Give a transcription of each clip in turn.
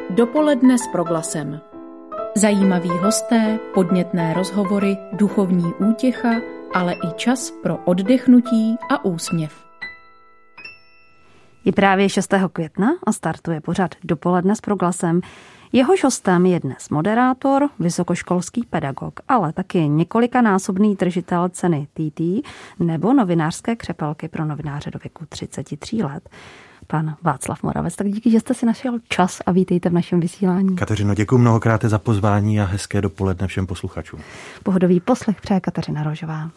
Dopoledne s Proglasem. Zajímaví hosté, podnětné rozhovory, duchovní útěcha, ale i čas pro oddechnutí a úsměv. Je právě 6. května a startuje pořad Dopoledne s Proglasem. Jehož hostem je dnes moderátor, vysokoškolský pedagog, ale taky několikanásobný držitel ceny TT nebo novinářské křepelky pro novináře do věku 33 let. Pan Václav Moravec, tak díky, že jste si našel čas a vítejte v našem vysílání. Kateřino, děkuji mnohokrát za pozvání a hezké dopoledne všem posluchačům. Pohodový poslech přeje Kateřina Rožová.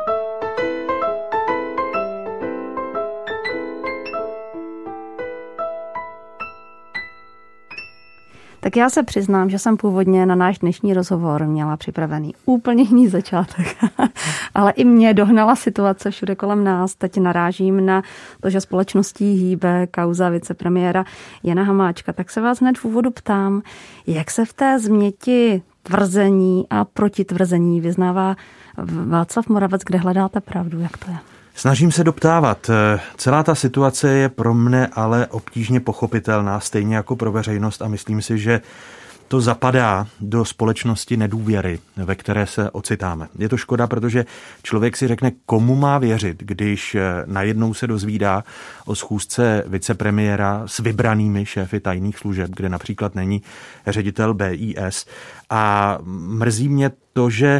Tak já se přiznám, že jsem původně na náš dnešní rozhovor měla připravený úplně jiný začátek, ale i mě dohnala situace všude kolem nás. Teď narážím na to, že společností hýbe kauza vicepremiéra Jana Hamáčka. Tak se vás hned v úvodu ptám, jak se v té změti tvrzení a protitvrzení vyznává Václav Moravec, kde hledáte pravdu, jak to je? Snažím se doptávat. Celá ta situace je pro mne ale obtížně pochopitelná, stejně jako pro veřejnost, a myslím si, že to zapadá do společnosti nedůvěry, ve které se ocitáme. Je to škoda, protože člověk si řekne, komu má věřit, když najednou se dozvídá o schůzce vicepremiéra s vybranými šéfy tajných služeb, kde například není ředitel BIS. A mrzí mě to, že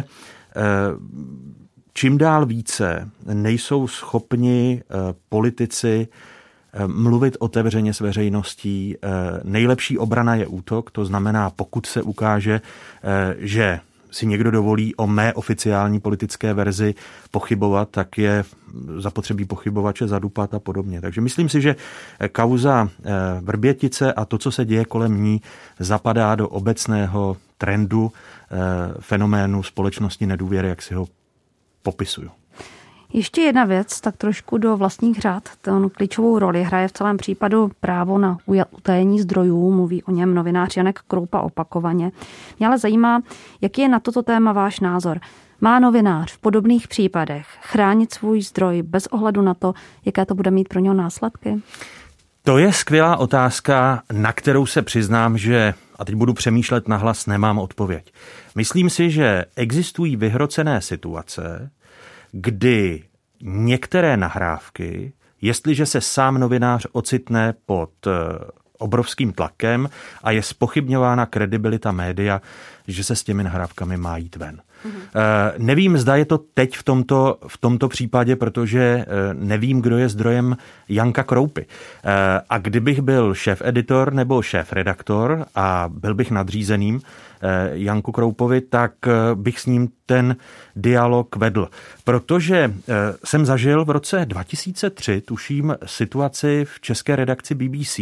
čím dál více nejsou schopni politici mluvit otevřeně s veřejností. Nejlepší obrana je útok, to znamená, pokud se ukáže, že si někdo dovolí o mé oficiální politické verzi pochybovat, tak je zapotřebí pochybovače zadupat a podobně. Takže myslím si, že kauza Vrbětice a to, co se děje kolem ní, zapadá do obecného trendu fenoménu společnosti nedůvěry, jak si ho popisuju. Ještě jedna věc, tak trošku do vlastních řád. Ten klíčovou roli hraje v celém případu právo na utajení zdrojů, mluví o něm novinář Janek Kroupa opakovaně. Mě ale zajímá, jaký je na toto téma váš názor. Má novinář v podobných případech chránit svůj zdroj bez ohledu na to, jaké to bude mít pro něho následky? To je skvělá otázka, na kterou se přiznám, že, a teď budu přemýšlet nahlas, nemám odpověď. Myslím si, že existují vyhrocené situace, kdy některé nahrávky, jestliže se sám novinář ocitne pod obrovským tlakem a je zpochybňována kredibilita média, že se s těmi nahrávkami má jít ven. Nevím, zda je to teď v tomto případě, protože nevím, kdo je zdrojem Janka Kroupy. A kdybych byl šéf-editor nebo šéf-redaktor a byl bych nadřízeným Janku Kroupovi, tak bych s ním ten dialog vedl. Protože jsem zažil v roce 2003, tuším, situaci v české redakci BBC,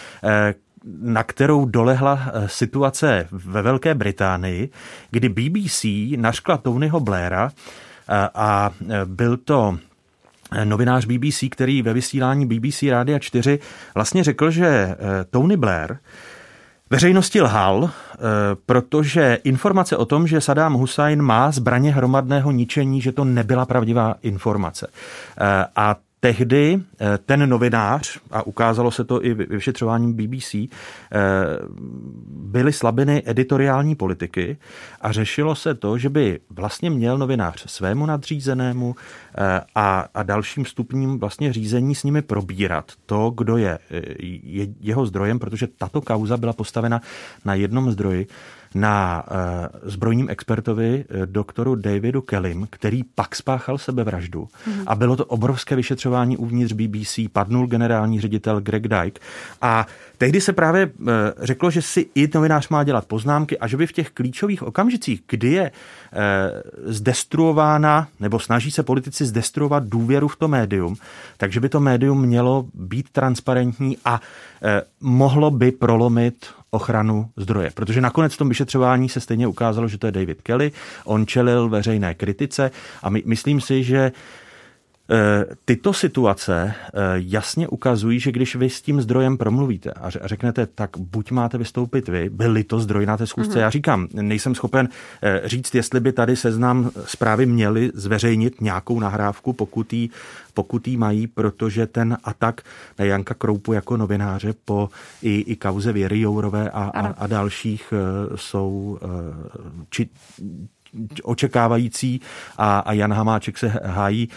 na kterou dolehla situace ve Velké Británii, kdy BBC nařkla Tonyho Blaira a byl to novinář BBC, který ve vysílání BBC Rádia 4 vlastně řekl, že Tony Blair veřejnosti lhal, protože informace o tom, že Saddam Husajn má zbraně hromadného ničení, že to nebyla pravdivá informace. A tehdy ten novinář, a ukázalo se to i vyšetřováním BBC, byly slabiny editoriální politiky a řešilo se to, že by vlastně měl novinář svému nadřízenému a dalším stupním vlastně řízení s nimi probírat to, kdo je jeho zdrojem, protože tato kauza byla postavena na jednom zdroji, na zbrojním expertovi doktoru Davidu Kellym, který pak spáchal sebevraždu. A bylo to obrovské vyšetřování uvnitř BBC, padnul generální ředitel Greg Dyke a tehdy se právě řeklo, že si i novinář má dělat poznámky a že by v těch klíčových okamžicích, kdy je zdestruována, nebo snaží se politici zdestruovat důvěru v to médium, takže by to médium mělo být transparentní a mohlo by prolomit ochranu zdroje. Protože nakonec v tom vyšetřování se stejně ukázalo, že to je David Kelly, on čelil veřejné kritice a myslím si, že Tyto situace jasně ukazují, že když vy s tím zdrojem promluvíte a řeknete, tak buď máte vystoupit vy, byl to zdroj na té schůzce. Já říkám, nejsem schopen říct, jestli by tady Seznam Zprávy měli zveřejnit nějakou nahrávku, pokud jí mají, protože ten atak na Janka Kroupu jako novináře po i kauze Věry Jourové a dalších jsou očekávající a Jan Hamáček se hájí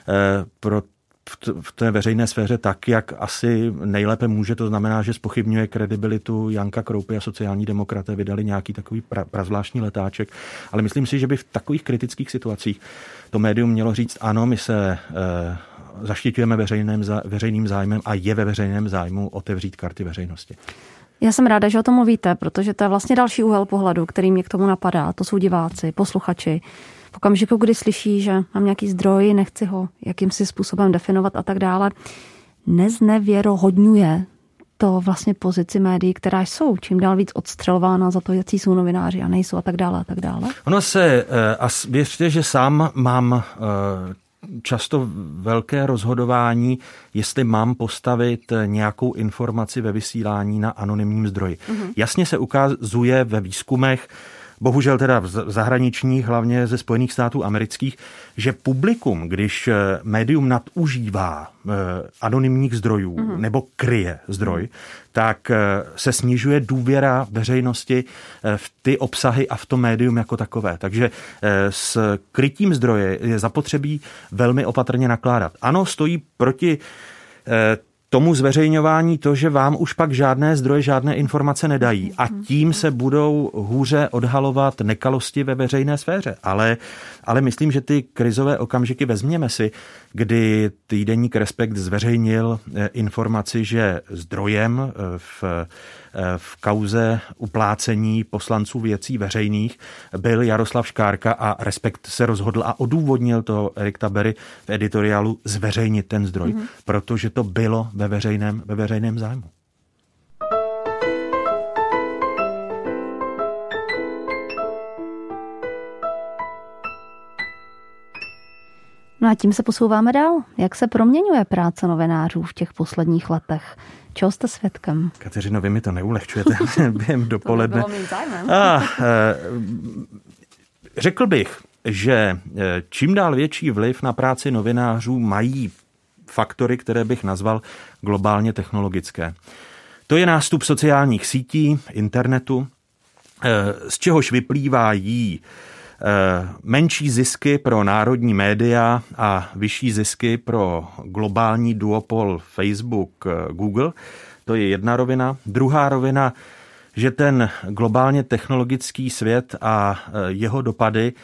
v té veřejné sféře tak, jak asi nejlépe může. To znamená, že zpochybňuje kredibilitu Janka Kroupy a sociální demokraté vydali nějaký takový prazvláštní letáček. Ale myslím si, že by v takových kritických situacích to médium mělo říct, ano, my se zaštiťujeme veřejným zájmem a je ve veřejném zájmu otevřít karty veřejnosti. Já jsem ráda, že o tom mluvíte, protože to je vlastně další úhel pohledu, který mě k tomu napadá. To jsou diváci, posluchači. V okamžiku, kdy slyší, že mám nějaký zdroj, nechci ho jakýmsi způsobem definovat a tak dále, neznevěrohodňuje to vlastně pozici médií, která jsou čím dál víc odstřelována za to, jaký jsou novináři a nejsou a tak dále a tak dále. Ono se, a věřte, že sám mám často velké rozhodování, jestli mám postavit nějakou informaci ve vysílání na anonymním zdroji. Jasně se ukazuje ve výzkumech, bohužel teda v zahraničních, hlavně ze Spojených států amerických, že publikum, když médium nadužívá anonymních zdrojů nebo kryje zdroj, tak se snižuje důvěra veřejnosti v ty obsahy a v to médium jako takové. Takže s krytím zdroje je zapotřebí velmi opatrně nakládat. Ano, stojí proti tomu zveřejňování to, že vám už pak žádné zdroje, žádné informace nedají a tím se budou hůře odhalovat nekalosti ve veřejné sféře. Ale myslím, že ty krizové okamžiky vezměme si, kdy týdeník Respekt zveřejnil informaci, že zdrojem v kauze uplácení poslanců Věcí veřejných byl Jaroslav Škárka a Respekt se rozhodl a odůvodnil to Erik Tabery v editoriálu zveřejnit ten zdroj, protože to bylo ve veřejném zájmu. No a tím se posouváme dál. Jak se proměňuje práce novinářů v těch posledních letech? Čeho jste svědkem? Kateřino, vy mi to neulehčujete během dopoledne. To nebylo mým zájmem. Řekl bych, že čím dál větší vliv na práci novinářů mají faktory, které bych nazval globálně technologické. To je nástup sociálních sítí, internetu, z čehož vyplývají menší zisky pro národní média a vyšší zisky pro globální duopol Facebook, Google. To je jedna rovina. Druhá rovina, že ten globálně technologický svět a jeho dopady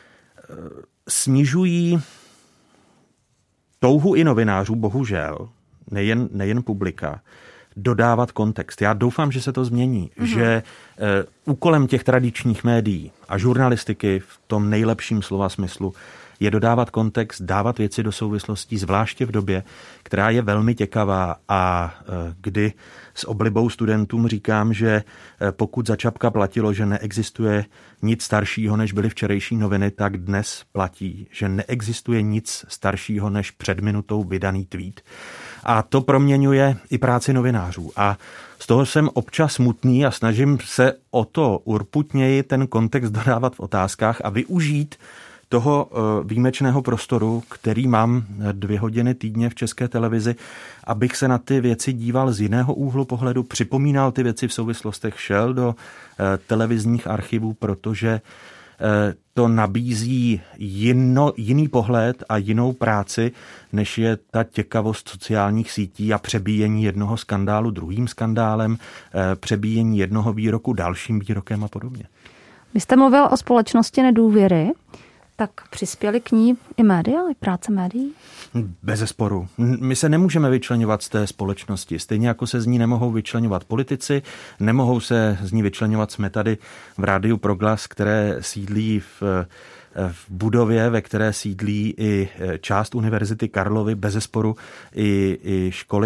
snižují touhu i novinářů, bohužel, nejen publika, dodávat kontext. Já doufám, že se to změní, že úkolem těch tradičních médií a žurnalistiky v tom nejlepším slova smyslu je dodávat kontext, dávat věci do souvislostí, zvláště v době, která je velmi těkavá a kdy s oblibou studentům říkám, že pokud za Čapka platilo, že neexistuje nic staršího, než byly včerejší noviny, tak dnes platí, že neexistuje nic staršího, než před minutou vydaný tweet. A to proměňuje i práci novinářů. A z toho jsem občas smutný a snažím se o to urputněji ten kontext dodávat v otázkách a využít toho výjimečného prostoru, který mám 2 hodiny týdně v České televizi, abych se na ty věci díval z jiného úhlu pohledu, připomínal ty věci v souvislostech, šel do televizních archivů, protože to nabízí jiný pohled a jinou práci, než je ta těkavost sociálních sítí a přebíjení jednoho skandálu druhým skandálem, přebíjení jednoho výroku dalším výrokem a podobně. Vy jste mluvil o společnosti nedůvěry, tak přispěli k ní i média, i práce médií? Bezesporu. My se nemůžeme vyčleňovat z té společnosti. Stejně jako se z ní nemohou vyčleňovat politici, nemohou se z ní vyčleňovat. Jsme tady v Rádiu Proglas, které sídlí v budově, ve které sídlí i část Univerzity Karlovy, bezesporu i školy.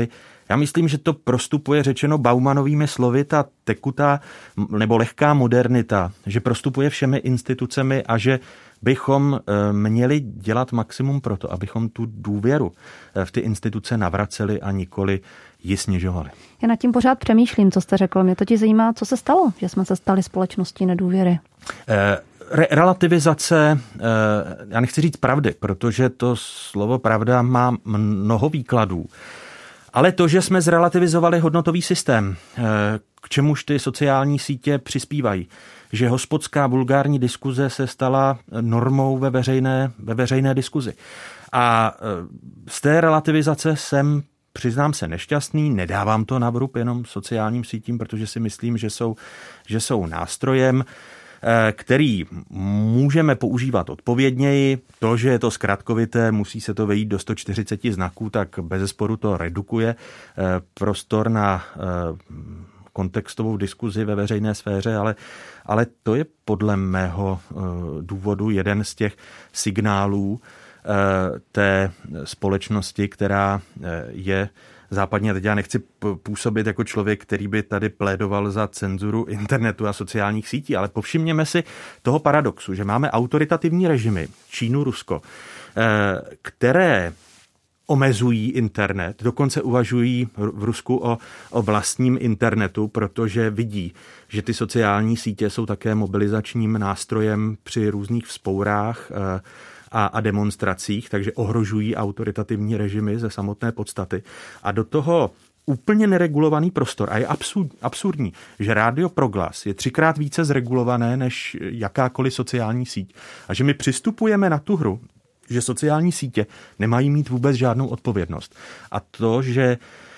Já myslím, že to prostupuje, řečeno Baumanovými slovy, ta tekutá nebo lehká modernita, že prostupuje všemi institucemi a že bychom měli dělat maximum pro to, abychom tu důvěru v ty instituce navraceli a nikoli ji snižovali. Já nad tím pořád přemýšlím, co jste řekl. Mě totiž zajímá, co se stalo, že jsme se stali společností nedůvěry. Relativizace, já nechci říct pravdy, protože to slovo pravda má mnoho výkladů. Ale to, že jsme zrelativizovali hodnotový systém, k čemuž ty sociální sítě přispívají, že hospodská vulgární diskuze se stala normou ve veřejné diskuzi. A z té relativizace jsem, přiznám se, nešťastný, nedávám to na vrub jenom sociálním sítím, protože si myslím, že jsou nástrojem, který můžeme používat odpovědněji. To, že je to zkratkovité, musí se to vejít do 140 znaků, tak bezesporu to redukuje prostor na kontextovou diskuzi ve veřejné sféře, ale to je podle mého důvodu jeden z těch signálů té společnosti, která je západně. Teď já nechci působit jako člověk, který by tady plédoval za cenzuru internetu a sociálních sítí, ale povšimněme si toho paradoxu, že máme autoritativní režimy, Čínu, Rusko, které omezují internet, dokonce uvažují v Rusku o vlastním internetu, protože vidí, že ty sociální sítě jsou také mobilizačním nástrojem při různých vzpourách a demonstracích, takže ohrožují autoritativní režimy ze samotné podstaty. A do toho úplně neregulovaný prostor, a je absurdní, že Rádio Proglas je 3krát více zregulované než jakákoliv sociální síť. A že my přistupujeme na tu hru, že sociální sítě nemají mít vůbec žádnou odpovědnost. A to, že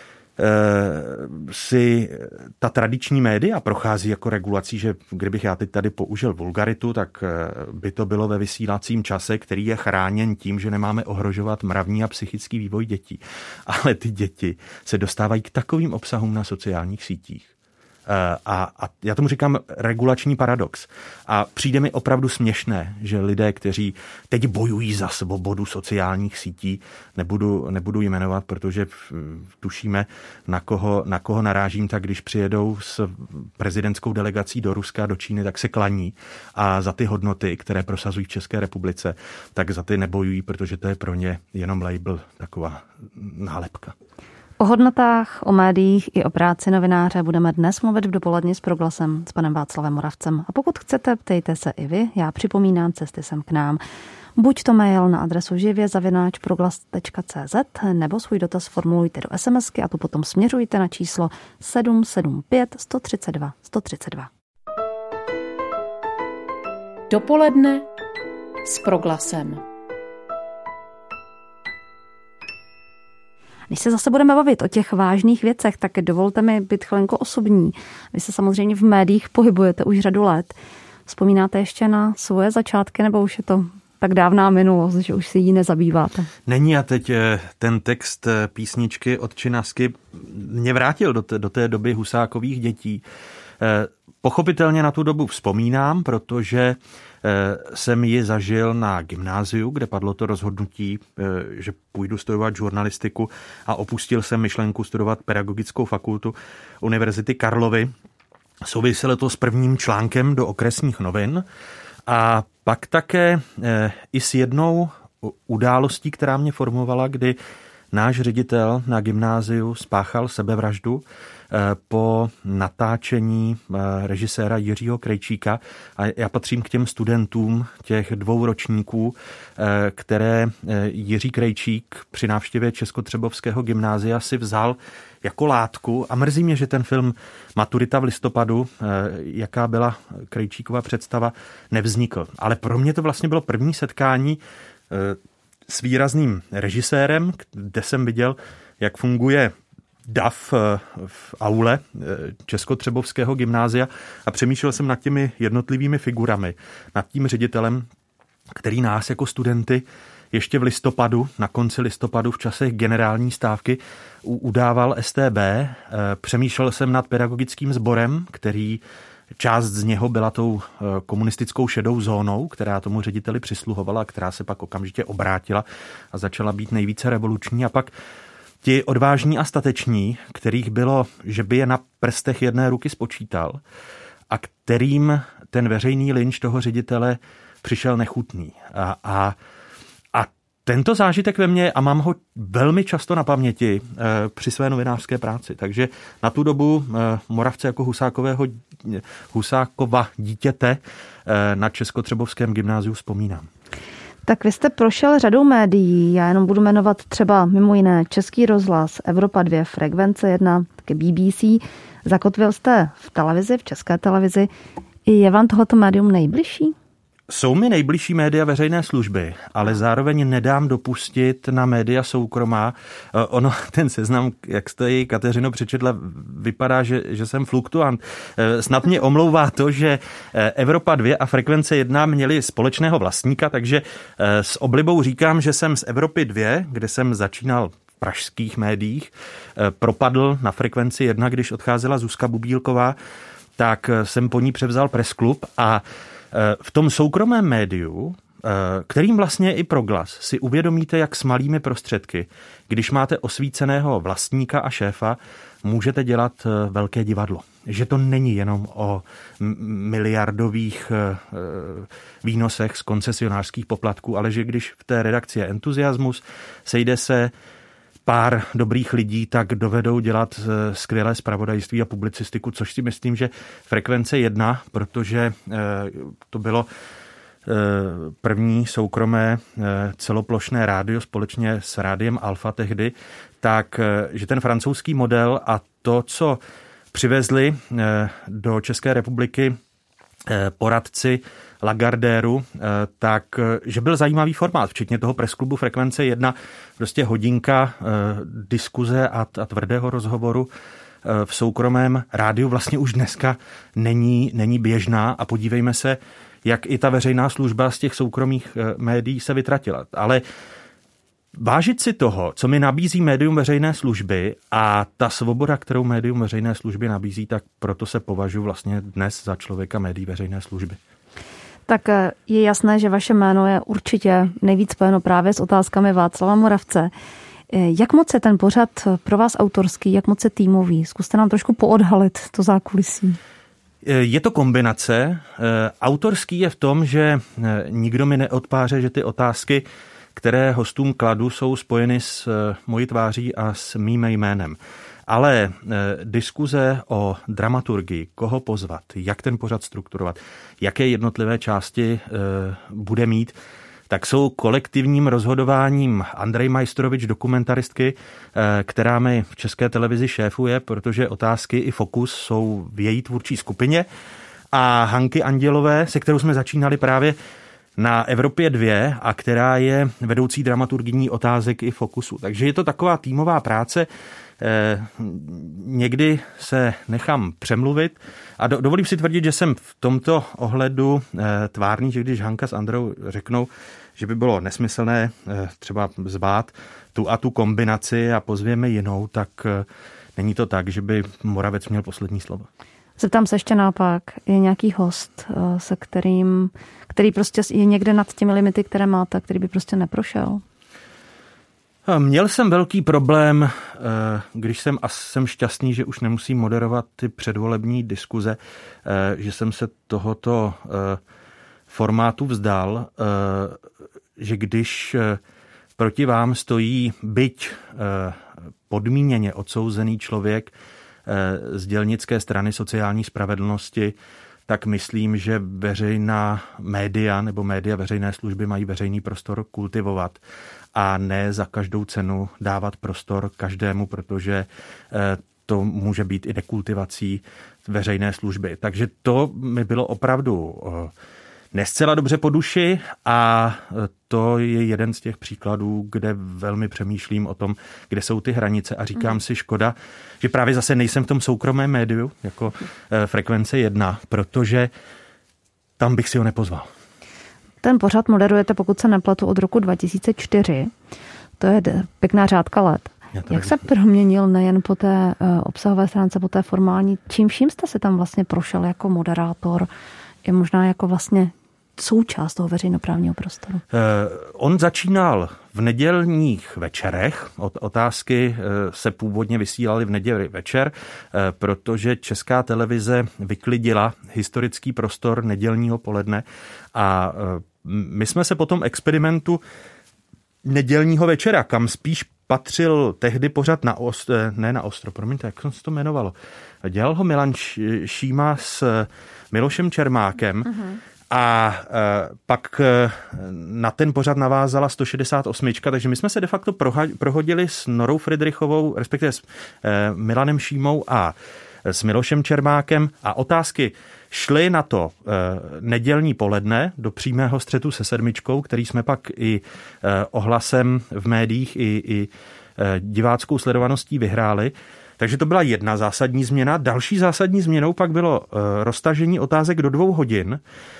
si ta tradiční média prochází jako regulací, že kdybych já teď tady použil vulgaritu, tak by to bylo ve vysílacím čase, který je chráněn tím, že nemáme ohrožovat mravní a psychický vývoj dětí. Ale ty děti se dostávají k takovým obsahům na sociálních sítích. A já tomu říkám regulační paradox. A přijde mi opravdu směšné, že lidé, kteří teď bojují za svobodu sociálních sítí, nebudu jmenovat, protože tušíme, na koho narážím, tak když přijedou s prezidentskou delegací do Ruska, do Číny, tak se klaní. A za ty hodnoty, které prosazují v České republice, tak za ty nebojují, protože to je pro ně jenom label, taková nálepka. O hodnotách, o médiích i o práci novináře budeme dnes mluvit v Dopoledni s Proglasem s panem Václavem Moravcem. A pokud chcete, ptejte se i vy. Já připomínám cesty sem k nám. Buď to mail na adresu živě@proglas.cz nebo svůj dotaz formulujte do SMSky a tu potom směřujte na číslo 775 132 132. Dopoledne s Proglasem. Když se zase budeme bavit o těch vážných věcech, tak dovolte mi být chvilenko osobní. Vy se samozřejmě v médiích pohybujete už řadu let. Vzpomínáte ještě na svoje začátky, nebo už je to tak dávná minulost, že už si jí nezabýváte? Není, a teď ten text písničky od Činasky mě vrátil do té doby Husákových dětí. Pochopitelně na tu dobu vzpomínám, protože jsem ji zažil na gymnáziu, kde padlo to rozhodnutí, že půjdu studovat žurnalistiku a opustil jsem myšlenku studovat pedagogickou fakultu Univerzity Karlovy. Souviselo to s prvním článkem do okresních novin a pak také i s jednou událostí, která mě formovala, kdy náš ředitel na gymnáziu spáchal sebevraždu po natáčení režiséra Jiřího Krejčíka. A já patřím k těm studentům těch 2 ročníků, které Jiří Krejčík při návštěvě Českotřebovského gymnázia si vzal jako látku. A mrzí mě, že ten film Maturita v listopadu, jaká byla Krejčíkova představa, nevznikl. Ale pro mě to vlastně bylo první setkání s výrazným režisérem, kde jsem viděl, jak funguje DAF v aule Českotřebovského gymnázia a přemýšlel jsem nad těmi jednotlivými figurami, nad tím ředitelem, který nás jako studenty ještě v listopadu, na konci listopadu v časech generální stávky udával STB. Přemýšlel jsem nad pedagogickým sborem, který část z něho byla tou komunistickou šedou zónou, která tomu řediteli přisluhovala, která se pak okamžitě obrátila a začala být nejvíce revoluční. A pak ti odvážní a stateční, kterých bylo, že by je na prstech jedné ruky spočítal a kterým ten veřejný lynč toho ředitele přišel nechutný. A tento zážitek ve mně, a mám ho velmi často na paměti při své novinářské práci. Takže na tu dobu Moravce jako Husákova dítěte na Českotřebovském gymnáziu vzpomínám. Tak vy jste prošel řadou médií, já jenom budu jmenovat třeba mimo jiné Český rozhlas, Evropa 2, Frekvence 1, taky BBC. Zakotvil jste v televizi, v České televizi. Je vám tohoto médium nejbližší? Jsou mi nejbližší média veřejné služby, ale zároveň nedám dopustit na média soukromá. Ono, ten seznam, jak jste ji, Kateřino, přečetla, vypadá, že jsem fluktuant. Snad mě omlouvá to, že Evropa 2 a Frekvence 1 měli společného vlastníka, takže s oblibou říkám, že jsem z Evropy 2, kde jsem začínal v pražských médiích, propadl na Frekvenci 1, když odcházela Zuzka Bubílková, tak jsem po ní převzal Pressklub a v tom soukromém médiu, kterým vlastně i Proglas, si uvědomíte, jak s malými prostředky, když máte osvíceného vlastníka a šéfa, můžete dělat velké divadlo. Že to není jenom o miliardových výnosech z koncesionářských poplatků, ale že když v té redakci je entuziasmus, sejde se pár dobrých lidí, tak dovedou dělat skvělé zpravodajství a publicistiku, což si myslím, že Frekvence 1, protože to bylo první soukromé celoplošné rádio společně s rádiem Alfa tehdy, tak že ten francouzský model a to, co přivezli do České republiky poradci Lagardéru, tak že byl zajímavý formát, včetně toho Pressklubu Frekvence 1, prostě hodinka diskuze a tvrdého rozhovoru v soukromém rádiu vlastně už dneska není běžná a podívejme se, jak i ta veřejná služba z těch soukromých médií se vytratila. Ale vážit si toho, co mi nabízí médium veřejné služby a ta svoboda, kterou médium veřejné služby nabízí, tak proto se považuji vlastně dnes za člověka médií veřejné služby. Tak je jasné, že vaše jméno je určitě nejvíc spojeno právě s otázkami Václava Moravce. Jak moc je ten pořad pro vás autorský, jak moc je týmový? Zkuste nám trošku poodhalit to zákulisí. Je to kombinace. Autorský je v tom, že nikdo mi neodpáře, že ty otázky, které hostům kladu, jsou spojeny s mojí tváří a s mým jménem. Ale diskuze o dramaturgii, koho pozvat, jak ten pořad strukturovat, jaké jednotlivé části bude mít, tak jsou kolektivním rozhodováním Andrej Majstorovič, dokumentaristky, která mi v České televizi šéfuje, protože otázky i fokus jsou v její tvůrčí skupině, a Hanky Andělové, se kterou jsme začínali právě na Evropě 2 a která je vedoucí dramaturgyní otázek i fokusu. Takže je to taková týmová práce. Někdy se nechám přemluvit a dovolím si tvrdit, že jsem v tomto ohledu tvárný, že když Hanka s Androu řeknou, že by bylo nesmyslné třeba zvát tu a tu kombinaci a pozvěme jinou, tak není to tak, že by Moravec měl poslední slovo. Zeptám se ještě naopak, je nějaký host, se který prostě je někde nad těmi limity, které máte, který by prostě neprošel? Měl jsem velký problém, když jsem šťastný, že už nemusím moderovat ty předvolební diskuze, že jsem se tohoto formátu vzdal, že když proti vám stojí byť podmíněně odsouzený člověk z dělnické strany sociální spravedlnosti, tak myslím, že veřejná média nebo média veřejné služby mají veřejný prostor kultivovat a ne za každou cenu dávat prostor každému, protože to může být i dekultivací veřejné služby. Takže to mi bylo opravdu nescela dobře po duši a to je jeden z těch příkladů, kde velmi přemýšlím o tom, kde jsou ty hranice a říkám si škoda, že právě zase nejsem v tom soukromém médiu jako Frekvence 1, protože tam bych si ho nepozval. Ten pořad moderujete, pokud se nepletu, od roku 2004. To je pěkná řádka let. Jak se proměnil nejen po té obsahové stránce, po té formální, čím vším jste se tam vlastně prošel jako moderátor, je možná jako vlastně součást toho veřejnoprávního prostoru? On začínal v nedělních večerech. Otázky se původně vysílaly v neděli večer, protože Česká televize vyklidila historický prostor nedělního poledne a my jsme se po tom experimentu nedělního večera, kam spíš patřil tehdy pořad na Ostro, promiňte, jak se to jmenovalo. Dělal ho Milan Šíma s Milošem Čermákem a pak na ten pořad navázala 168, takže my jsme se de facto prohodili s Norou Fridrichovou, respektive s Milanem Šímou a s Milošem Čermákem a otázky šly na to nedělní poledne do přímého střetu se sedmičkou, který jsme pak i ohlasem v médiích i diváckou sledovaností vyhráli. Takže to byla jedna zásadní změna. Další zásadní změnou pak bylo roztažení otázek do 2 hodin,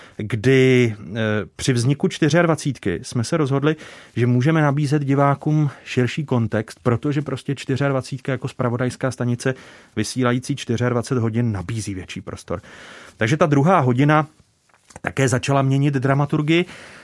kdy při vzniku 24 jsme se rozhodli, že můžeme nabízet divákům širší kontext, protože prostě 24 jako zpravodajská stanice vysílající 24 hodin nabízí větší prostor. Takže ta 2. hodina také začala měnit dramaturgii.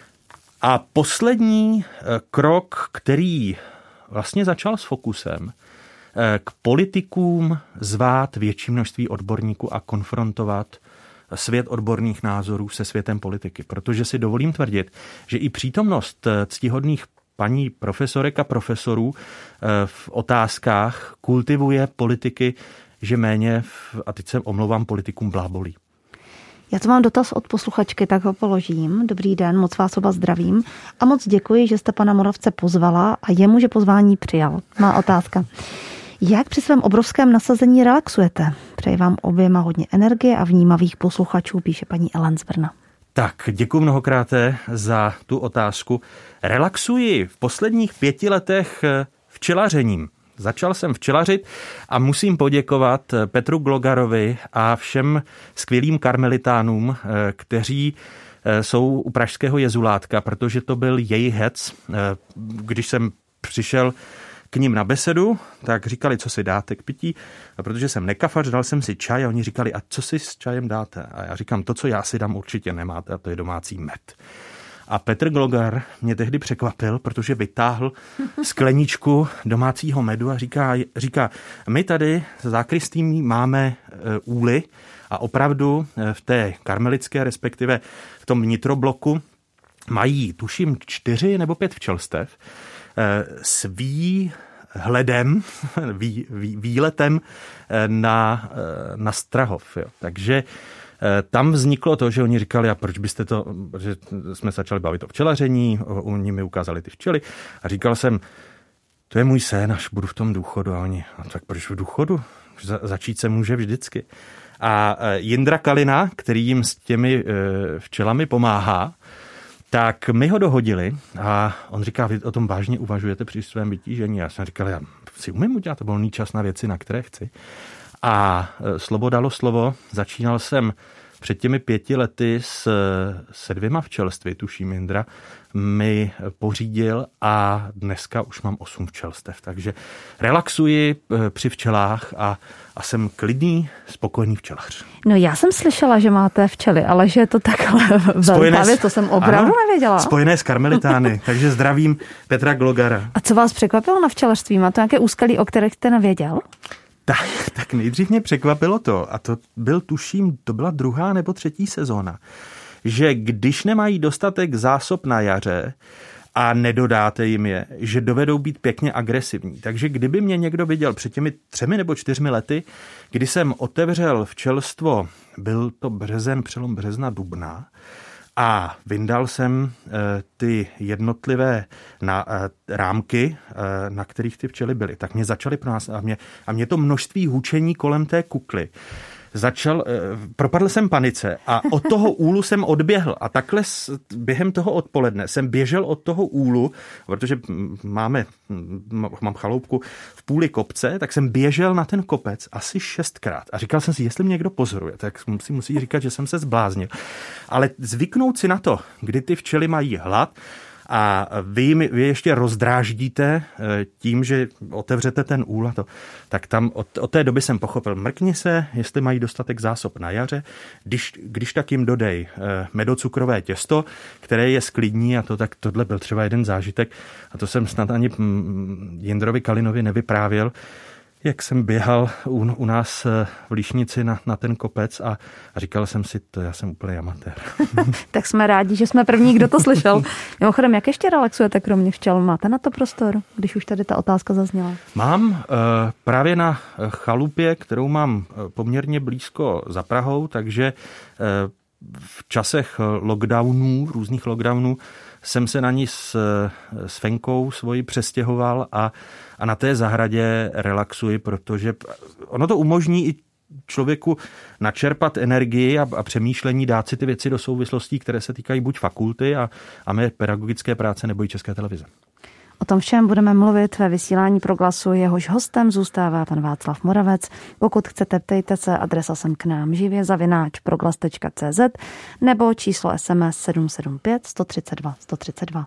A poslední krok, který vlastně začal s Fokusem, k politikům zvát větší množství odborníků a konfrontovat svět odborných názorů se světem politiky. Protože si dovolím tvrdit, že i přítomnost ctihodných paní profesorek a profesorů v otázkách kultivuje politiky, že méně, a teď se omlouvám, politikům blábolí. Já tu mám dotaz od posluchačky, tak ho položím. Dobrý den, moc vás oba zdravím a moc děkuji, že jste pana Moravce pozvala a jemu, že pozvání přijal. Má otázka. Jak při svém obrovském nasazení relaxujete? Přeji vám oběma hodně energie a vnímavých posluchačů, píše paní Ellen z Brna. Tak, děkuji mnohokrát za tu otázku. Relaxuji v posledních 5 letech včelařením. Začal jsem včelařit a musím poděkovat Petru Glogarovi a všem skvělým karmelitánům, kteří jsou u pražského Jezulátka, protože to byl jejich hec. Když jsem přišel k nim na besedu, tak říkali, co si dáte k pití. A protože jsem nekafař, dal jsem si čaj a oni říkali, a co si s čajem dáte? A já říkám, to, co já si dám, určitě nemáte, a to je domácí med. A Petr Glogar mě tehdy překvapil, protože vytáhl skleničku domácího medu a říká, my tady za zákristí máme úly a opravdu v té karmelické, respektive v tom nitrobloku mají, tuším, 4 nebo 5 včelstev s výhledem, výletem na Strahov. Jo. Takže tam vzniklo to, že oni říkali, a proč byste to, že jsme začali bavit o včelaření, oni mi ukázali ty včely a říkal jsem, to je můj sen, až budu v tom důchodu. A oni, a tak proč v důchodu? Začít se může vždycky. A Jindra Kalina, který jim s těmi včelami pomáhá, tak my ho dohodili a on říká, vy o tom vážně uvažujete při svém vytížení. Já jsem říkal, já si umím udělat volný čas na věci, na které chci. A slovo dalo slovo. Začínal jsem před těmi 5 lety se 2 včelství, tuším Jindra, mi pořídil a dneska už mám 8 včelstev. Takže relaxuji při včelách a jsem klidný, spokojený včelař. No já jsem slyšela, že máte včely, ale že je to takhle velká věc, to jsem opravdu nevěděla. Spojené s karmelitány, takže zdravím Petra Glogara. A co vás překvapilo na včelařství? Máte nějaké úskalí, o kterých jste nevěděl? Tak nejdřív mě překvapilo to, a to byl, tuším, to byla 2. nebo 3. sezóna, že když nemají dostatek zásob na jaře a nedodáte jim je, že dovedou být pěkně agresivní. Takže kdyby mě někdo viděl před těmi 3 nebo 4 lety, kdy jsem otevřel včelstvo, byl to březen, přelom března, dubna, a vyndal jsem ty jednotlivé rámky, na kterých ty včely byly. Tak mě začaly a mě to množství hučení kolem té kukly. Propadl jsem panice a od toho úlu jsem odběhl a takhle během toho odpoledne jsem běžel od toho úlu, protože mám chaloupku v půli kopce, tak jsem běžel na ten kopec asi 6krát a říkal jsem si, jestli mě někdo pozoruje, tak si musí říkat, že jsem se zbláznil. Ale zvyknout si na to, kdy ty včely mají hlad A vy ještě rozdráždíte tím, že otevřete ten úl a to. Tak tam od té doby jsem pochopil, mrkni se, jestli mají dostatek zásob na jaře, když tak jim dodej medocukrové těsto, které je sklidní a to, tak tohle byl třeba jeden zážitek a to jsem snad ani Jindrovi Kalinovi nevyprávěl, jak jsem běhal u nás v Líšnici na ten kopec a říkal jsem si, to já jsem úplně amatér. Tak jsme rádi, že jsme první, kdo to slyšel. Mimochodem, jak ještě relaxujete kromě včel? Máte na to prostor, když už tady ta otázka zazněla? Mám právě na chalupě, kterou mám poměrně blízko za Prahou, takže v časech různých lockdownů, jsem se na ní s Fenkou svoji přestěhoval a na té zahradě relaxuji, protože ono to umožní i člověku načerpat energii a přemýšlení, dát si ty věci do souvislostí, které se týkají buď fakulty a mé pedagogické práce nebo i České televize. O tom všem budeme mluvit ve vysílání Proglasu. Jehož hostem zůstává pan Václav Moravec. Pokud chcete, ptejte se, adresa sem k nám živě @proglas.cz nebo číslo SMS 775 132 132.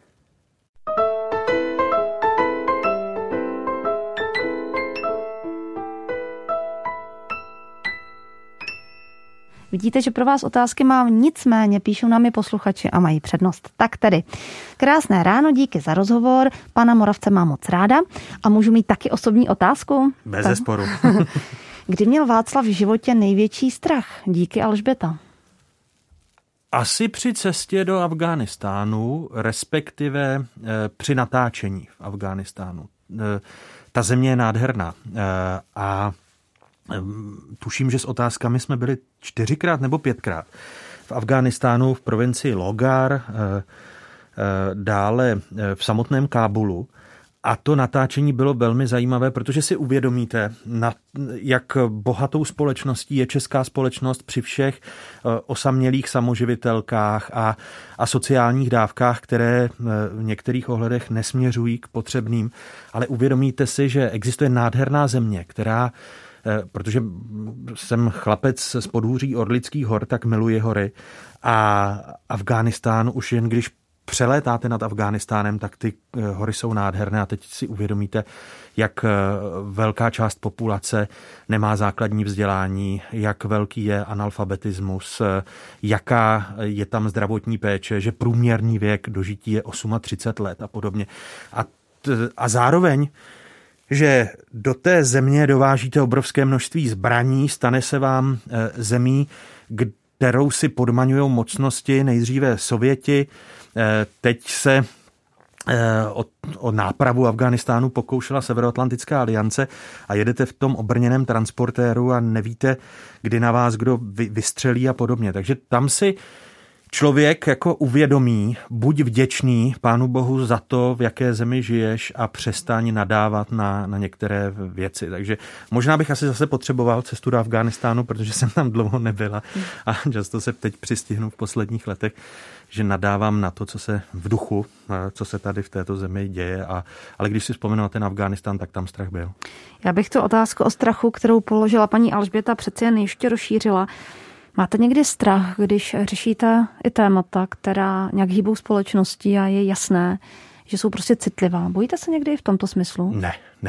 Vidíte, že pro vás otázky mám, nicméně píšou nám i posluchači a mají přednost. Tak tedy, krásné ráno, díky za rozhovor. Pana Moravce mám moc ráda a můžu mít taky osobní otázku? Bez zesporu. Kdy měl Václav v životě největší strach? Díky, Alžběta. Asi při cestě do Afghánistánu, respektive při natáčení v Afghánistánu. Ta země je nádherná a tuším, že s otázkami jsme byli 4krát nebo 5krát. V Afghánistánu, v provincii Logar, dále v samotném Kábulu. A to natáčení bylo velmi zajímavé, protože si uvědomíte, jak bohatou společností je česká společnost při všech osamělých samoživitelkách a sociálních dávkách, které v některých ohledech nesměřují k potřebným. Ale uvědomíte si, že existuje nádherná země, která, protože jsem chlapec z podhůří Orlických hor, tak miluji hory. A Afghánistán už jen když přelétáte nad Afghánistánem, tak ty hory jsou nádherné a teď si uvědomíte, jak velká část populace nemá základní vzdělání, jak velký je analfabetismus, jaká je tam zdravotní péče, že průměrný věk dožití je 38 let a podobně. A zároveň, že do té země dovážíte obrovské množství zbraní, stane se vám zemí, kterou si podmaňují mocnosti, nejdříve Sověti. Teď se o nápravu Afghánistánu pokoušela Severoatlantická aliance a jedete v tom obrněném transportéru a nevíte, kdy na vás kdo vystřelí a podobně. Takže tam si člověk jako uvědomí, buď vděčný Pánu Bohu za to, v jaké zemi žiješ a přestaň nadávat na některé věci. Takže možná bych asi zase potřeboval cestu do Afghánistánu, protože jsem tam dlouho nebyla a často se teď přistihnu v posledních letech, že nadávám na to, co se v duchu, co se tady v této zemi děje. Ale když si vzpomenu na ten Afghánistán, tak tam strach byl. Já bych tu otázku o strachu, kterou položila paní Alžběta, přeci jen ještě rozšířila. Máte někdy strach, když řešíte i témata, která nějak hýbou společností a je jasné, že jsou prostě citlivá? Bojíte se někdy v tomto smyslu? Ne.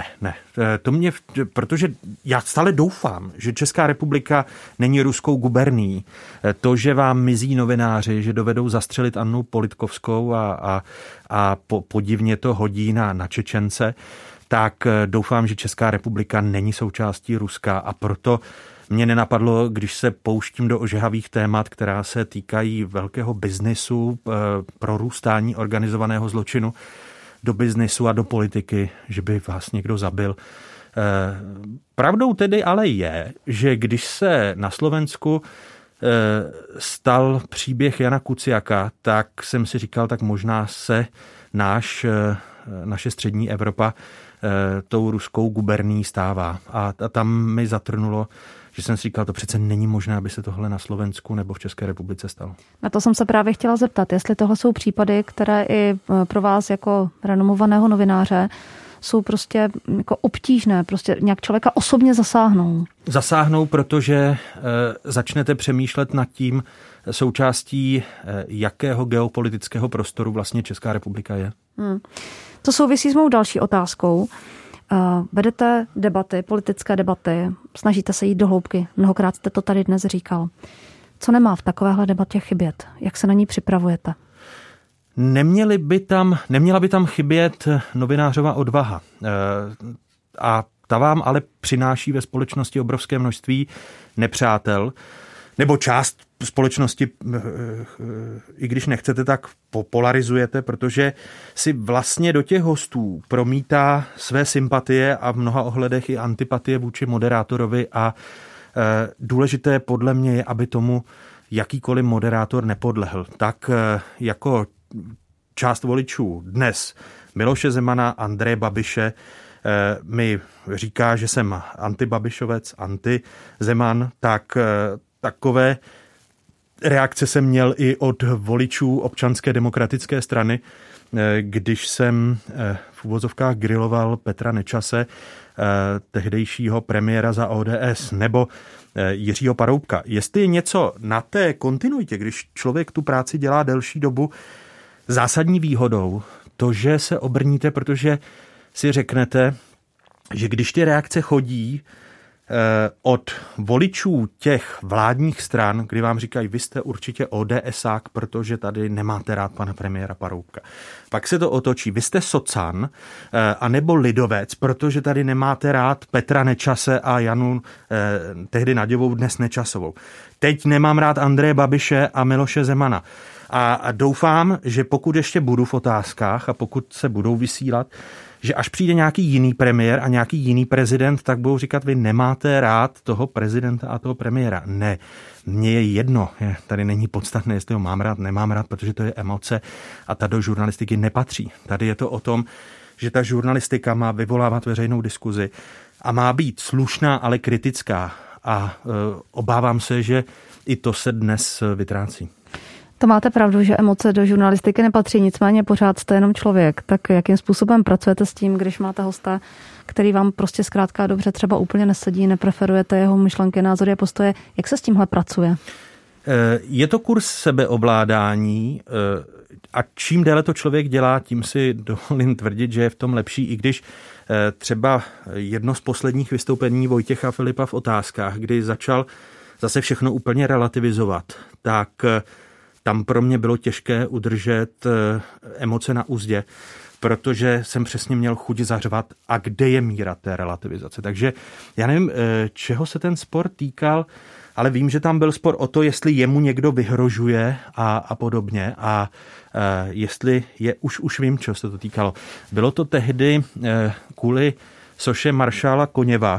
Protože já stále doufám, že Česká republika není ruskou gubernií. To, že vám mizí novináři, že dovedou zastřelit Annu Politkovskou a podivně to hodí na Čečence, tak doufám, že Česká republika není součástí Ruska a proto mě nenapadlo, když se pouštím do ožehavých témat, která se týkají velkého biznisu, prorůstání organizovaného zločinu do biznisu a do politiky, že by vás někdo zabil. Pravdou tedy ale je, že když se na Slovensku stal příběh Jana Kuciaka, tak jsem si říkal, tak možná se naše střední Evropa tou ruskou gubernií stává. A tam mi zatrnulo, že jsem si říkal, to přece není možné, aby se tohle na Slovensku nebo v České republice stalo. Na to jsem se právě chtěla zeptat, jestli tohle jsou případy, které i pro vás jako renomovaného novináře jsou prostě jako obtížné, prostě nějak člověka osobně zasáhnou. Zasáhnou, protože začnete přemýšlet nad tím, součástí jakého geopolitického prostoru vlastně Česká republika je. To souvisí s mou další otázkou. Vedete debaty, politické debaty, snažíte se jít do hloubky. Mnohokrát jste to tady dnes říkal. Co nemá v takovéhle debatě chybět? Jak se na ní připravujete? Neměla by tam chybět novinářová odvaha. A ta vám ale přináší ve společnosti obrovské množství nepřátel, nebo část společnosti, i když nechcete, tak polarizujete, protože si vlastně do těch hostů promítá své sympatie a v mnoha ohledech i antipatie vůči moderátorovi a důležité podle mě je, aby tomu jakýkoliv moderátor nepodlehl. Tak jako část voličů dnes Miloše Zemana, Andreje Babiše mi říká, že jsem antibabišovec, anti-Zeman, tak takové reakce jsem měl i od voličů Občanské demokratické strany, když jsem v uvozovkách griloval Petra Nečase, tehdejšího premiéra za ODS, nebo Jiřího Paroubka. Jestli je něco na té kontinuitě, když člověk tu práci dělá delší dobu, zásadní výhodou to, že se obrníte, protože si řeknete, že když ty reakce chodí od voličů těch vládních stran, kdy vám říkají, vy jste určitě ODSák, protože tady nemáte rád pana premiéra Paroubka. Pak se to otočí, vy jste socan, anebo lidovec, protože tady nemáte rád Petra Nečase a Janu tehdy Naďovou, dnes Nečasovou. Teď nemám rád Andreje Babiše a Miloše Zemana. A doufám, že pokud ještě budu v otázkách a pokud se budou vysílat, že až přijde nějaký jiný premiér a nějaký jiný prezident, tak budou říkat, vy nemáte rád toho prezidenta a toho premiéra. Ne, mně je jedno, tady není podstatné, jestli ho mám rád, nemám rád, protože to je emoce a ta do žurnalistiky nepatří. Tady je to o tom, že ta žurnalistika má vyvolávat veřejnou diskuzi a má být slušná, ale kritická. A obávám se, že i to se dnes vytrácí. To máte pravdu, že emoce do žurnalistiky nepatří, nicméně pořád jste jenom člověk. Tak jakým způsobem pracujete s tím, když máte hosta, který vám prostě zkrátka dobře třeba úplně nesedí, nepreferujete jeho myšlenky, názory a postoje? Jak se s tímhle pracuje? Je to kurz sebeovládání a čím déle to člověk dělá, tím si dovolím tvrdit, že je v tom lepší, i když třeba jedno z posledních vystoupení Vojtěcha Filipa v Otázkách, kdy začal zase všechno úplně relativizovat, tak tam pro mě bylo těžké udržet emoce na uzdě, protože jsem přesně měl chuť zařvat, a kde je míra té relativizace. Takže já nevím, čeho se ten spor týkal, ale vím, že tam byl spor o to, jestli jemu někdo vyhrožuje a podobně. A jestli je, už vím, čeho se to týkalo. Bylo to tehdy kvůli soše maršála Koněva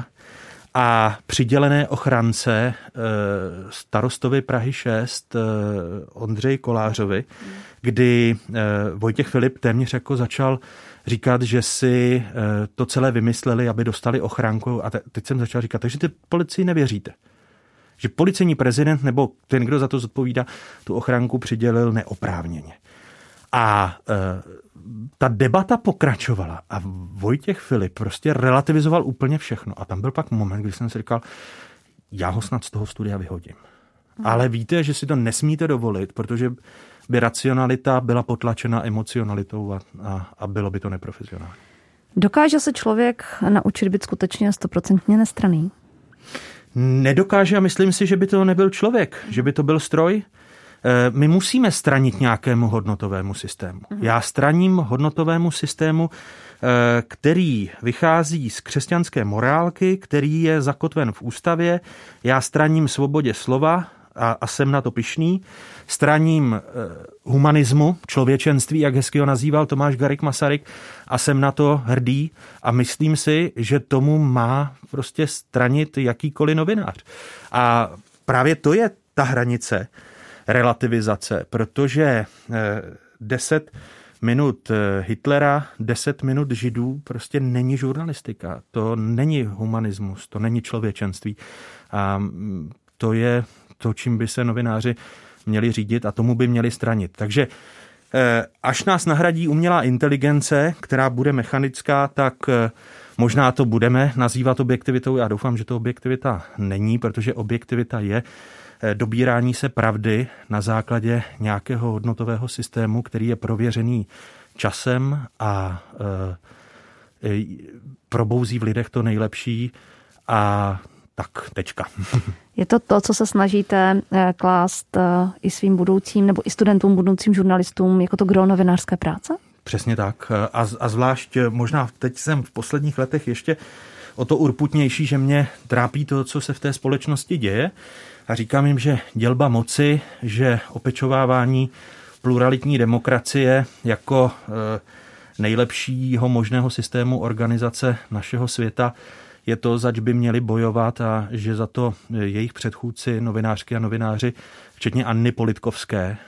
a přidělené ochrance starostovi Prahy 6 Ondřeji Kolářovi, kdy Vojtěch Filip téměř jako začal říkat, že si to celé vymysleli, aby dostali ochranku. A teď jsem začal říkat, takže ty policii nevěříte. Že policejní prezident nebo ten, kdo za to zodpovídá, tu ochranku přidělil neoprávněně. A ta debata pokračovala a Vojtěch Filip prostě relativizoval úplně všechno. A tam byl pak moment, kdy jsem si říkal, já ho snad z toho studia vyhodím. Ale víte, že si to nesmíte dovolit, protože by racionalita byla potlačena emocionalitou a bylo by to neprofesionální. Dokáže se člověk naučit být skutečně 100% nestranný? Nedokáže a myslím si, že by to nebyl člověk, že by to byl stroj. My musíme stranit nějakému hodnotovému systému. Já straním hodnotovému systému, který vychází z křesťanské morálky, který je zakotven v ústavě. Já straním svobodě slova a jsem na to pyšný. Straním humanismu, člověčenství, jak hezky ho nazýval Tomáš Garrigue Masaryk, a jsem na to hrdý a myslím si, že tomu má prostě stranit jakýkoliv novinář. A právě to je ta hranice relativizace, protože 10 minut Hitlera, 10 minut Židů prostě není žurnalistika. To není humanismus, to není člověčenství. A to je to, čím by se novináři měli řídit a tomu by měli stranit. Takže Až nás nahradí umělá inteligence, která bude mechanická, tak možná to budeme nazývat objektivitou. Já doufám, že to objektivita není, protože objektivita je dobírání se pravdy na základě nějakého hodnotového systému, který je prověřený časem a probouzí v lidech to nejlepší a tak, tečka. Je to to, co se snažíte klást i svým budoucím nebo i studentům, budoucím žurnalistům, jako to gro novinářské práce? Přesně tak. A zvlášť možná teď jsem v posledních letech ještě o to urputnější, že mě trápí to, co se v té společnosti děje. A říkám jim, že dělba moci, že opečovávání pluralitní demokracie jako nejlepšího možného systému organizace našeho světa je to, zač by měli bojovat a že za to jejich předchůdci, novinářky a novináři, včetně Anny Politkovské,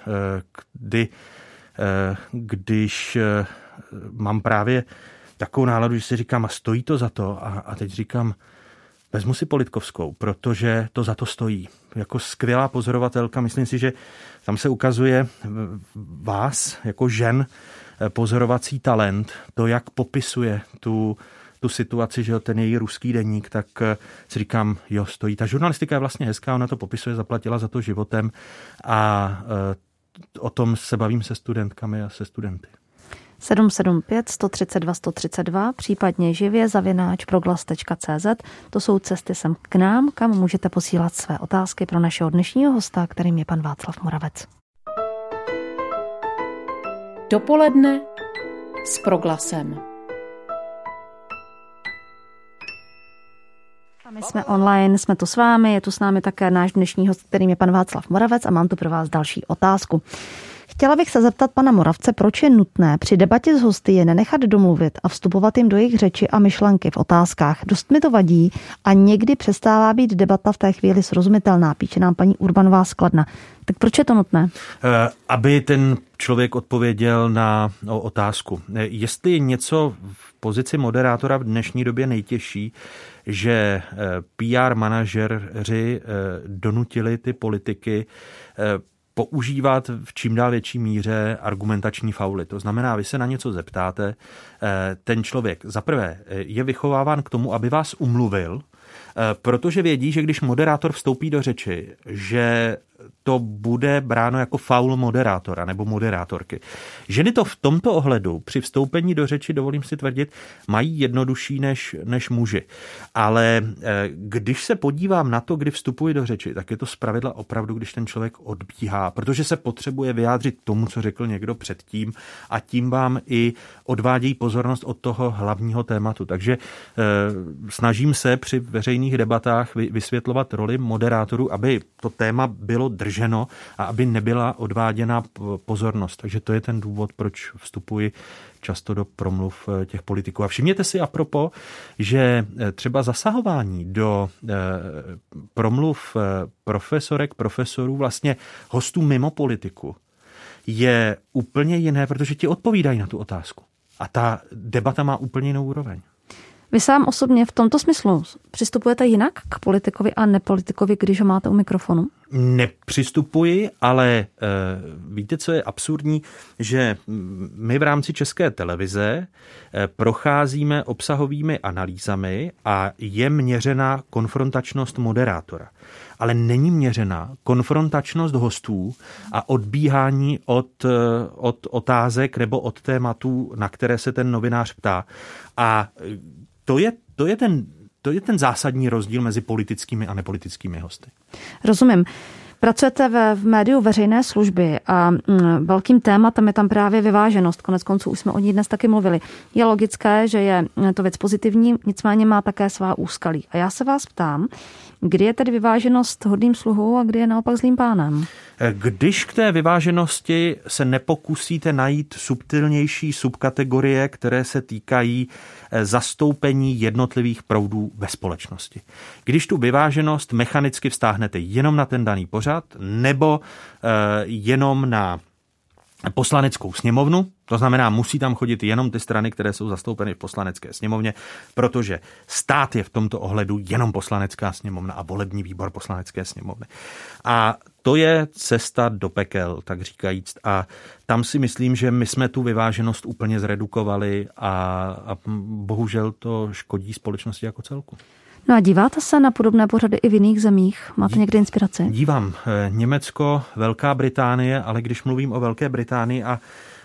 když mám právě takovou náladu, že si říkám, a stojí to za to? A teď říkám, vezmu si Politkovskou, protože to za to stojí. Jako skvělá pozorovatelka, myslím si, že tam se ukazuje vás, jako žen, pozorovací talent, to, jak popisuje tu situaci, že ten její ruský deník, tak si říkám, jo, stojí. Ta žurnalistika je vlastně hezká, ona to popisuje, zaplatila za to životem a o tom se bavím se studentkami a se studenty. 775 132 132, případně živě @proglas.cz. To jsou cesty sem k nám, kam můžete posílat své otázky pro našeho dnešního hosta, kterým je pan Václav Moravec. Dopoledne s Proglasem. A my jsme online, jsme tu s vámi, je tu s námi také náš dnešní host, kterým je pan Václav Moravec a mám tu pro vás další otázku. Chtěla bych se zeptat pana Moravce, proč je nutné při debatě s hosty je nenechat domluvit a vstupovat jim do jejich řeči a myšlenky v otázkách. Dost mi to vadí a někdy přestává být debata v té chvíli srozumitelná, píše nám paní Urbanová z Kladna. Tak proč je to nutné? Aby ten člověk odpověděl na otázku. Jestli je něco v pozici moderátora v dnešní době nejtěžší, že PR manažeři donutili ty politiky používat v čím dál větší míře argumentační fauly. To znamená, vy se na něco zeptáte, ten člověk zaprvé je vychováván k tomu, aby vás umluvil, protože vědí, že když moderátor vstoupí do řeči, že to bude bráno jako faul moderátora nebo moderátorky. Ženy to v tomto ohledu při vstoupení do řeči, dovolím si tvrdit, mají jednodušší než muži. Ale když se podívám na to, kdy vstupuji do řeči, tak je to zpravidla opravdu, když ten člověk odbíhá, protože se potřebuje vyjádřit tomu, co řekl někdo předtím a tím vám i odvádějí pozornost od toho hlavního tématu. Takže snažím se při veřejných debatách vysvětlovat roli moderátorů, aby to téma bylo drženo a aby nebyla odváděna pozornost. Takže to je ten důvod, proč vstupuji často do promluv těch politiků. A všimněte si apropo, že třeba zasahování do promluv profesorek, profesorů, vlastně hostů mimo politiku, je úplně jiné, protože ti odpovídají na tu otázku. A ta debata má úplně jinou úroveň. Vy sám osobně v tomto smyslu přistupujete jinak k politikovi a nepolitikovi, když ho máte u mikrofonu? Nepřistupuji, ale víte, co je absurdní, že my v rámci České televize procházíme obsahovými analýzami a je měřena konfrontačnost moderátora. Ale není měřena konfrontačnost hostů a odbíhání od otázek nebo od tématů, na které se ten novinář ptá. A to je ten zásadní rozdíl mezi politickými a nepolitickými hosty. Rozumím. Pracujete v médiu veřejné služby a velkým tématem je tam právě vyváženost. Koneckonců už jsme o ní dnes taky mluvili. Je logické, že je to věc pozitivní, nicméně má také svá úskalí. A já se vás ptám, kdy je tedy vyváženost hodným sluhou a kdy je naopak zlým pánem? Když k té vyváženosti se nepokusíte najít subtilnější subkategorie, které se týkají zastoupení jednotlivých proudů ve společnosti. Když tu vyváženost mechanicky vztáhnete jenom na ten daný pořad nebo jenom na Poslaneckou sněmovnu, to znamená, musí tam chodit jenom ty strany, které jsou zastoupeny v Poslanecké sněmovně, protože stát je v tomto ohledu jenom Poslanecká sněmovna a volební výbor Poslanecké sněmovny. A to je cesta do pekel, tak říkajíc. A tam si myslím, že my jsme tu vyváženost úplně zredukovali a bohužel to škodí společnosti jako celku. No a díváte se na podobné pořady i v jiných zemích? Máte někde inspiraci? Dívám. Německo, Velká Británie, ale když mluvím o Velké Británii a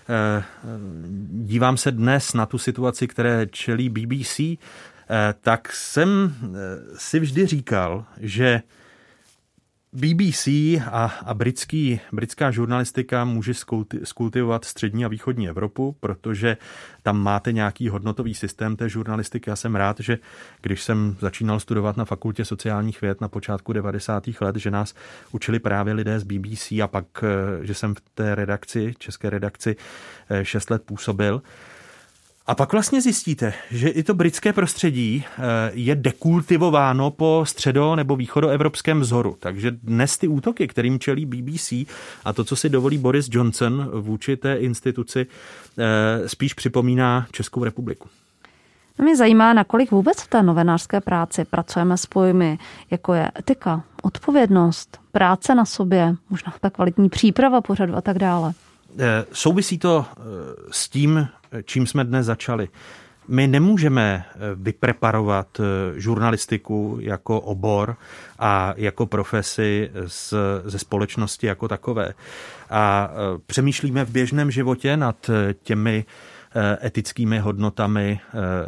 dívám se dnes na tu situaci, které čelí BBC, tak jsem si vždy říkal, že BBC a britská žurnalistika může skultivovat střední a východní Evropu, protože tam máte nějaký hodnotový systém té žurnalistiky. Já jsem rád, že když jsem začínal studovat na fakultě sociálních věd na počátku 90. let, že nás učili právě lidé z BBC a pak, že jsem v té redakci, české redakci 6 let působil. A pak vlastně zjistíte, že i to britské prostředí je dekultivováno po středo- nebo východoevropském vzoru. Takže dnes ty útoky, kterým čelí BBC a to, co si dovolí Boris Johnson vůči té instituci, spíš připomíná Českou republiku. Mě zajímá, nakolik vůbec v té novinářské práci pracujeme s pojmy, jako je etika, odpovědnost, práce na sobě, možná ta kvalitní příprava pořadu a tak dále. Souvisí to s tím, čím jsme dnes začali. My nemůžeme vypreparovat žurnalistiku jako obor a jako profesi ze společnosti jako takové. A přemýšlíme v běžném životě nad těmi etickými hodnotami,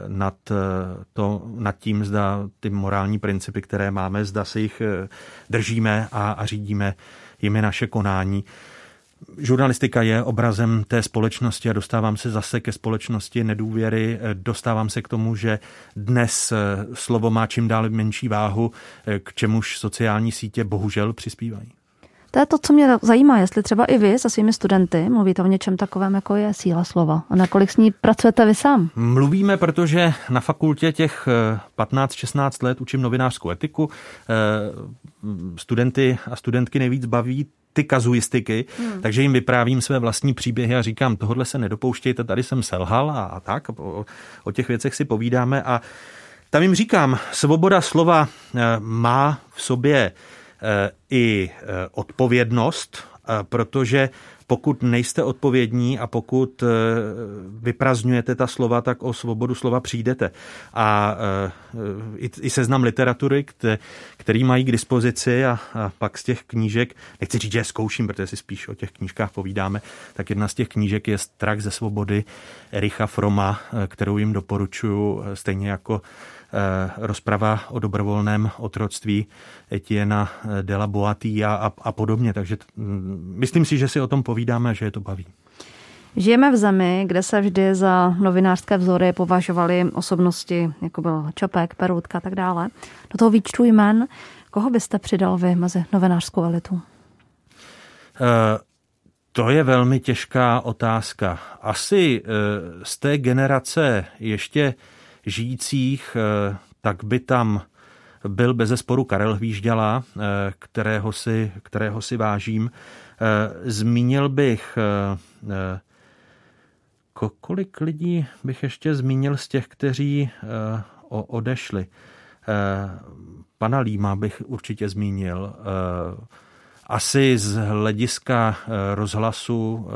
nad tím, zda ty morální principy, které máme, zda se jich držíme a řídíme jimi naše konání. Žurnalistika je obrazem té společnosti a dostávám se zase ke společnosti nedůvěry, dostávám se k tomu, že dnes slovo má čím dál menší váhu, k čemuž sociální sítě bohužel přispívají. To je to, co mě zajímá, jestli třeba i vy se svými studenty mluvíte o něčem takovém, jako je síla slova. A nakolik s ní pracujete vy sám? Mluvíme, protože na fakultě těch 15-16 let učím novinářskou etiku. Studenty a studentky nejvíc baví ty kazuistiky, takže jim vyprávím své vlastní příběhy a říkám, tohle se nedopouštějte, tady jsem selhal a tak. O těch věcech si povídáme a tam jim říkám, svoboda slova má v sobě i odpovědnost, protože pokud nejste odpovědní a pokud vyprazňujete ta slova, tak o svobodu slova přijdete. A i seznam literatury, který mají k dispozici a pak z těch knížek, nechci říct, že je zkouším, protože si spíš o těch knížkách povídáme, tak jedna z těch knížek je Strach ze svobody Ericha Froma, kterou jim doporučuji, stejně jako rozprava o dobrovolném otroctví Etienne de la Boétie a podobně. Takže myslím si, že si o tom povídáme, že je to baví. Žijeme v zemi, kde se vždy za novinářské vzory považovaly osobnosti, jako byl Čapek, Peroutka a tak dále. Do toho výčtu jmen, koho byste přidal vy mezi novinářskou elitu? To je velmi těžká otázka. Asi z té generace ještě žijících, tak by tam byl bezesporu Karel Hvížďala, kterého si vážím. Zmínil bych, kolik lidí bych ještě zmínil z těch, kteří odešli. Pana Líma bych určitě zmínil. Asi z hlediska rozhlasu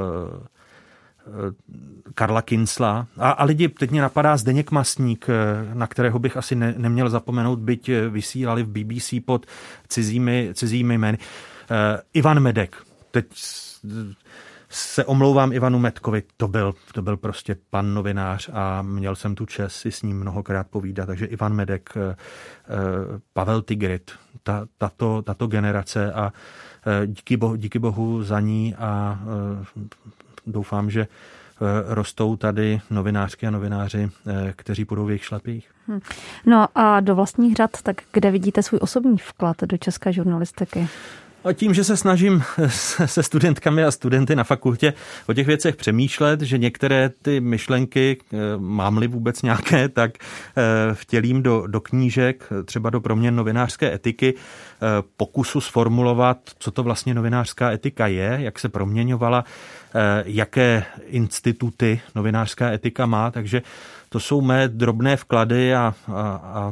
Karla Kincla. A lidi, teď mě napadá Zdeněk Masník, na kterého bych asi neměl zapomenout, byť vysílali v BBC pod cizími jmény. Ivan Medek. Teď se omlouvám Ivanu Medkovi, to byl prostě pan novinář a měl jsem tu čest si s ním mnohokrát povídat, takže Ivan Medek, Pavel Tigrit, tato generace a díky bohu za ní a doufám, že rostou tady novinářky a novináři, kteří půjdou v jejich šlepích. No a do vlastních řad, tak kde vidíte svůj osobní vklad do české žurnalistiky? A tím, že se snažím se studentkami a studenty na fakultě o těch věcech přemýšlet, že některé ty myšlenky, mám-li vůbec nějaké, tak vtělím do knížek, třeba do proměn novinářské etiky, pokusu sformulovat, co to vlastně novinářská etika je, jak se proměňovala, jaké instituty novinářská etika má, takže to jsou mé drobné vklady a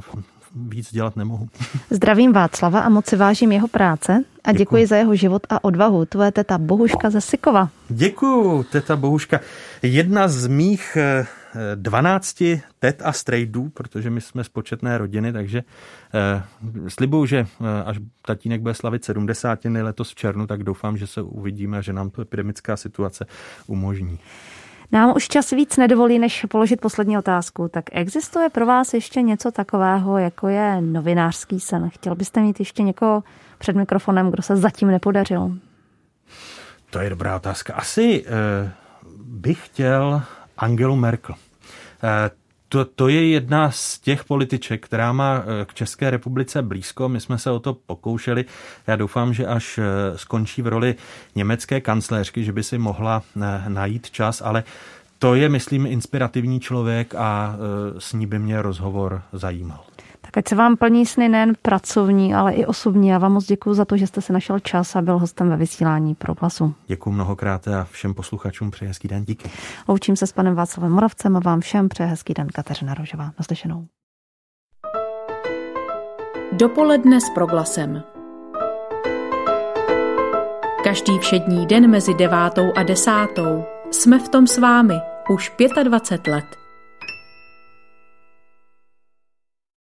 víc dělat nemohu. Zdravím Václava a moc si vážím jeho práce a děkuji za jeho život a odvahu. Tvoje teta Bohuška ze Sykova. Děkuju, teta Bohuška. Jedna z mých 12 tet a strejdů, protože my jsme z početné rodiny, takže slibuju, že až tatínek bude slavit 70 letos v červnu, tak doufám, že se uvidíme a že nám to epidemická situace umožní. Nám už čas víc nedovolí, než položit poslední otázku. Tak existuje pro vás ještě něco takového, jako je novinářský sen? Chtěl byste mít ještě někoho před mikrofonem, kdo se zatím nepodařil? To je dobrá otázka. Asi bych chtěl Angelu Merkel. To je jedna z těch političek, která má k České republice blízko. My jsme se o to pokoušeli. Já doufám, že až skončí v roli německé kancléřky, že by si mohla najít čas, ale to je, myslím, inspirativní člověk a s ní by mě rozhovor zajímal. Tak ať se vám plní sny nejen pracovní, ale i osobní. Já vám moc děkuji za to, že jste se našel čas a byl hostem ve vysílání Proglasu. Děkuji mnohokrát a všem posluchačům přeji hezký den. Díky. Loučím se s panem Václavem Moravcem a vám všem přeji hezký den. Kateřina Rožová. Naslyšenou. Dopoledne s Proglasem. Každý všední den mezi 9. a 10. Jsme v tom s vámi už 25 let.